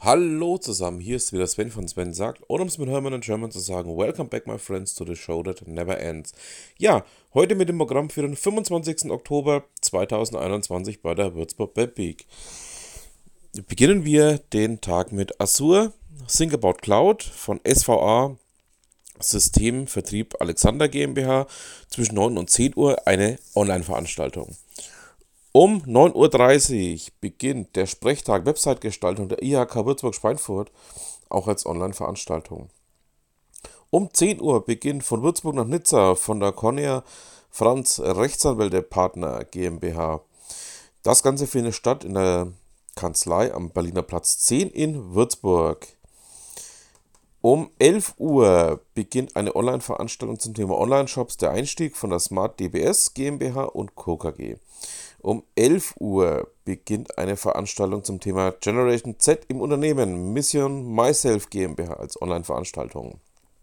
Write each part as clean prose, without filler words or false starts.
Hallo zusammen, hier ist wieder Sven von Sven sagt, oder um es mit Hermann und German zu sagen, Welcome back my friends to the show that never ends. Ja, heute mit dem Programm für den 25. Oktober 2021 bei der Würzburg Webweek. Beginnen wir den Tag mit Azure, Think About Cloud von SVA, Systemvertrieb Alexander GmbH, zwischen 9 und 10 Uhr eine Online-Veranstaltung. Um 9:30 Uhr beginnt der Sprechtag Website-Gestaltung der IHK Würzburg-Schweinfurt, auch als Online-Veranstaltung. Um 10 Uhr beginnt von Würzburg nach Nizza von der Cornea Franz Rechtsanwälte Partner GmbH. Das Ganze findet statt in der Kanzlei am Berliner Platz 10 in Würzburg. Um 11 Uhr beginnt eine Online-Veranstaltung zum Thema Online-Shops, der Einstieg von der Smart DBS GmbH und Co. KG. Um 11 Uhr beginnt eine Veranstaltung zum Thema Generation Z im Unternehmen, Mission Myself GmbH als Online-Veranstaltung.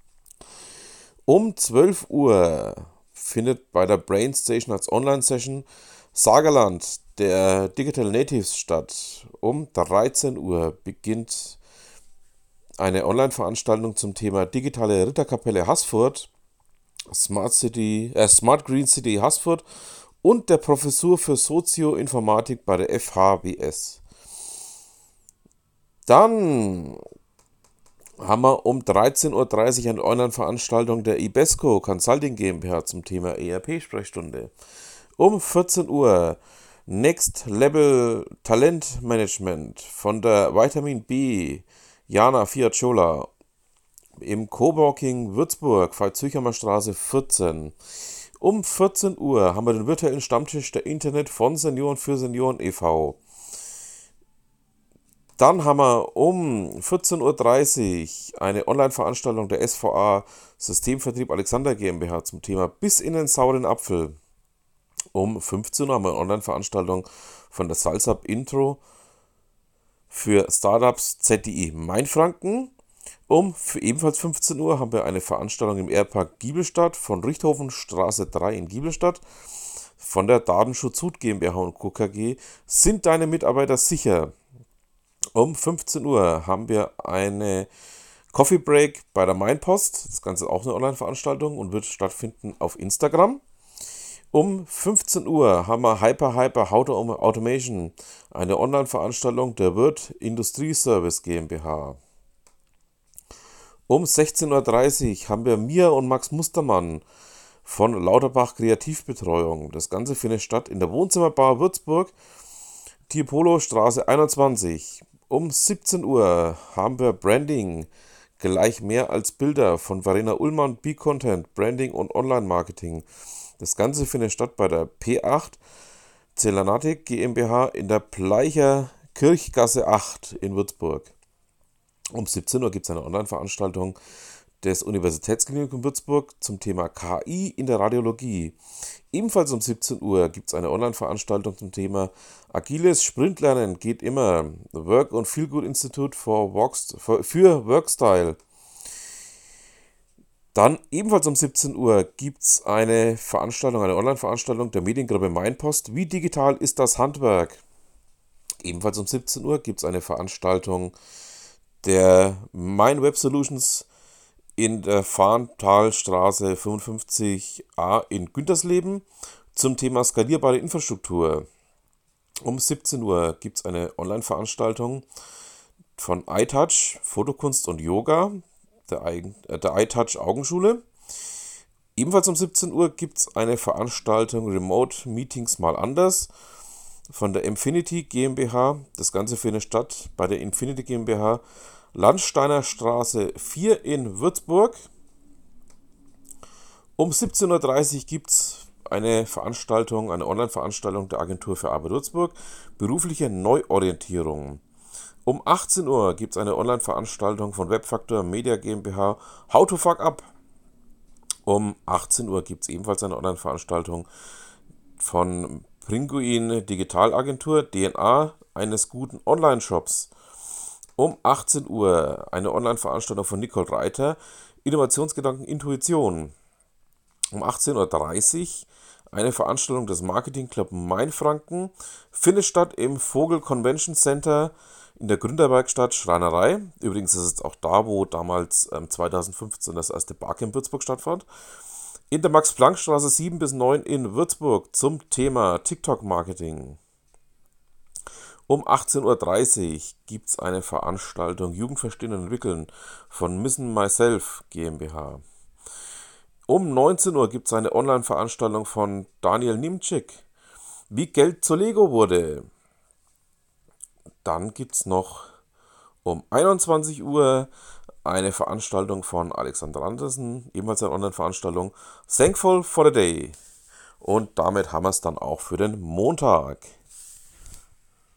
Um 12 Uhr findet bei der Brain Station als Online-Session Sagerland der Digital Natives statt. Um 13 Uhr beginnt eine Online-Veranstaltung zum Thema digitale Ritterkapelle Haßfurt, Smart Green City Haßfurt und der Professur für Sozioinformatik bei der FHWS. Dann haben wir um 13:30 Uhr eine Online-Veranstaltung der Ibesco Consulting GmbH zum Thema ERP-Sprechstunde. Um 14 Uhr Next Level Talent Management von der Vitamin B Jana Fiacciola im Coworking Würzburg, Veitshöchheimer Straße 14. Um 14 Uhr haben wir den virtuellen Stammtisch der Internet von Senioren für Senioren e.V. Dann haben wir um 14:30 Uhr eine Online-Veranstaltung der SVA Systemvertrieb Alexander GmbH zum Thema Bis in den sauren Apfel. Um 15 Uhr haben wir eine Online-Veranstaltung von der Salsab Intro für Startups ZDI Mainfranken. Ebenfalls 15 Uhr haben wir eine Veranstaltung im Airpark Giebelstadt von Richthofenstraße 3 in Giebelstadt von der Datenschutz Hut GmbH und Co. KG. Sind deine Mitarbeiter sicher? Um 15 Uhr haben wir eine Coffee Break bei der Mainpost. Das Ganze ist auch eine Online-Veranstaltung und wird stattfinden auf Instagram. Um 15 Uhr haben wir Hyper How to Automation, eine Online-Veranstaltung der Wirt Industrieservice GmbH. Um 16:30 Uhr haben wir Mia und Max Mustermann von Lauterbach Kreativbetreuung. Das Ganze findet statt in der Wohnzimmerbar Würzburg, Tiepolo Straße 21. Um 17 Uhr haben wir Branding, gleich mehr als Bilder von Verena Ullmann, B-Content, Branding und Online-Marketing. Das Ganze findet statt bei der P8 Zelanatic GmbH in der Bleicher Kirchgasse 8 in Würzburg. Um 17 Uhr gibt es eine Online-Veranstaltung des Universitätsklinikum Würzburg zum Thema KI in der Radiologie. Ebenfalls um 17 Uhr gibt es eine Online-Veranstaltung zum Thema Agiles Sprintlernen geht immer. Work und Feelgood Institute für Workstyle. Dann ebenfalls um 17 Uhr gibt es eine Online-Veranstaltung der Mediengruppe Mainpost. Wie digital ist das Handwerk? Ebenfalls um 17 Uhr gibt es eine Veranstaltung der Mein Web Solutions in der Farntalstraße 55a in Güntersleben zum Thema skalierbare Infrastruktur. Um 17 Uhr gibt es eine Online-Veranstaltung von iTouch, Fotokunst und Yoga, der iTouch Augenschule. Ebenfalls um 17 Uhr gibt es eine Veranstaltung Remote Meetings mal anders von der Infinity GmbH. Das Ganze findet statt bei der Infinity GmbH, Landsteiner Straße 4 in Würzburg. Um 17:30 Uhr gibt es eine Online-Veranstaltung der Agentur für Arbeit Würzburg, berufliche Neuorientierung. Um 18 Uhr gibt es eine Online-Veranstaltung von Webfaktor Media GmbH, How to Fuck Up. Um 18 Uhr gibt es ebenfalls eine Online-Veranstaltung von Pinguin Digitalagentur, DNA eines guten Online-Shops. Um 18 Uhr eine Online-Veranstaltung von Nicole Reiter, Innovationsgedanken Intuition. Um 18:30 Uhr eine Veranstaltung des Marketing Club Mainfranken findet statt im Vogel Convention Center in der Gründerwerkstatt Schreinerei. Übrigens ist es auch da, wo damals 2015 das erste Barcamp Würzburg stattfand. In der Max-Planck-Straße 7 bis 9 in Würzburg zum Thema TikTok-Marketing. Um 18:30 Uhr gibt es eine Veranstaltung Jugend verstehen und entwickeln von Missen Myself GmbH. Um 19 Uhr gibt es eine Online-Veranstaltung von Daniel Nimczyk, wie Geld zu Lego wurde. Dann gibt es noch um 21 Uhr eine Veranstaltung von Alexander Andersen, ebenfalls eine Online-Veranstaltung, Thankful for the Day. Und damit haben wir es dann auch für den Montag.